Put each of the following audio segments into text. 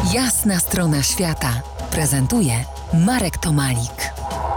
Jasna strona świata prezentuje Marek Tomalik.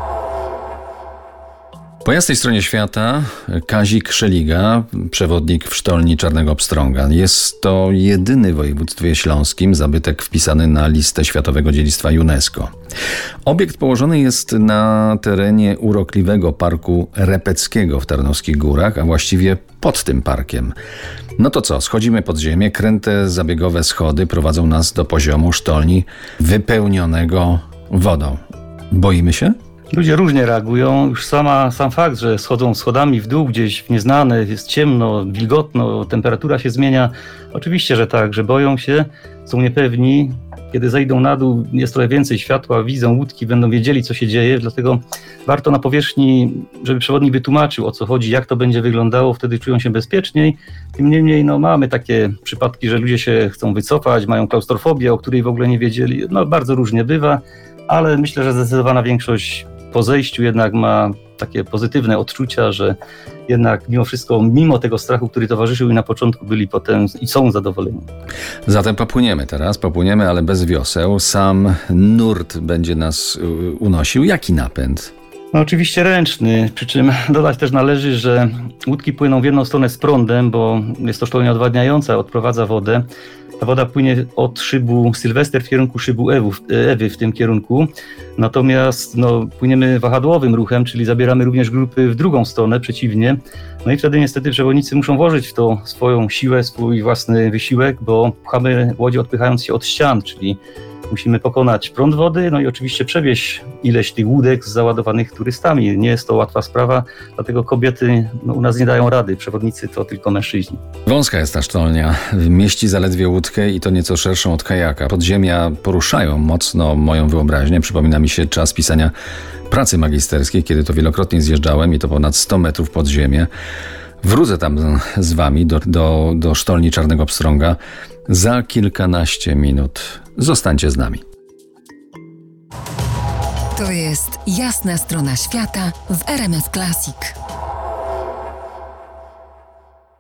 Po jasnej stronie świata Kazik Szeliga, przewodnik w sztolni Czarnego Pstrąga. Jest to jedyny w województwie śląskim zabytek wpisany na listę Światowego Dziedzictwa UNESCO. Obiekt położony jest na terenie urokliwego Parku Repeckiego w Tarnowskich Górach, a właściwie pod tym parkiem. No to co, schodzimy pod ziemię, kręte zabiegowe schody prowadzą nas do poziomu sztolni wypełnionego wodą. Boimy się? Ludzie różnie reagują. Już sam fakt, że schodzą schodami w dół gdzieś w nieznane, jest ciemno, wilgotno, temperatura się zmienia. Oczywiście, że tak, że boją się, są niepewni. Kiedy zejdą na dół, jest trochę więcej światła, widzą łódki, będą wiedzieli, co się dzieje. Dlatego warto na powierzchni, żeby przewodnik wytłumaczył, o co chodzi, jak to będzie wyglądało, wtedy czują się bezpieczniej. Tym niemniej mamy takie przypadki, że ludzie się chcą wycofać, mają klaustrofobię, o której w ogóle nie wiedzieli. Bardzo różnie bywa, ale myślę, że zdecydowana większość po zejściu jednak ma takie pozytywne odczucia, że jednak mimo wszystko, mimo tego strachu, który towarzyszył i na początku, byli potem i są zadowoleni. Zatem popłyniemy, ale bez wioseł. Sam nurt będzie nas unosił. Jaki napęd? Oczywiście ręczny, przy czym dodać też należy, że łódki płyną w jedną stronę z prądem, bo jest to sztolnia odwadniająca, odprowadza wodę. Ta woda płynie od szybu Sylwester w kierunku szybu Ewy w tym kierunku. Natomiast płyniemy wahadłowym ruchem, czyli zabieramy również grupy w drugą stronę, przeciwnie. I wtedy niestety przewodnicy muszą włożyć w to swoją siłę, swój własny wysiłek, bo pchamy łodzie odpychając się od ścian, czyli musimy pokonać prąd wody, i oczywiście przewieźć ileś tych łódek załadowanych turystami. Nie jest to łatwa sprawa, dlatego kobiety u nas nie dają rady, przewodnicy to tylko mężczyźni. Wąska jest ta sztolnia, mieści zaledwie łódkę i to nieco szerszą od kajaka. Podziemia poruszają mocno moją wyobraźnię. Przypomina mi się czas pisania pracy magisterskiej, kiedy to wielokrotnie zjeżdżałem i to ponad 100 metrów pod ziemię. Wrócę tam z wami do sztolni Czarnego Pstrąga za kilkanaście minut. Zostańcie z nami. To jest Jasna strona świata w RMF Classic.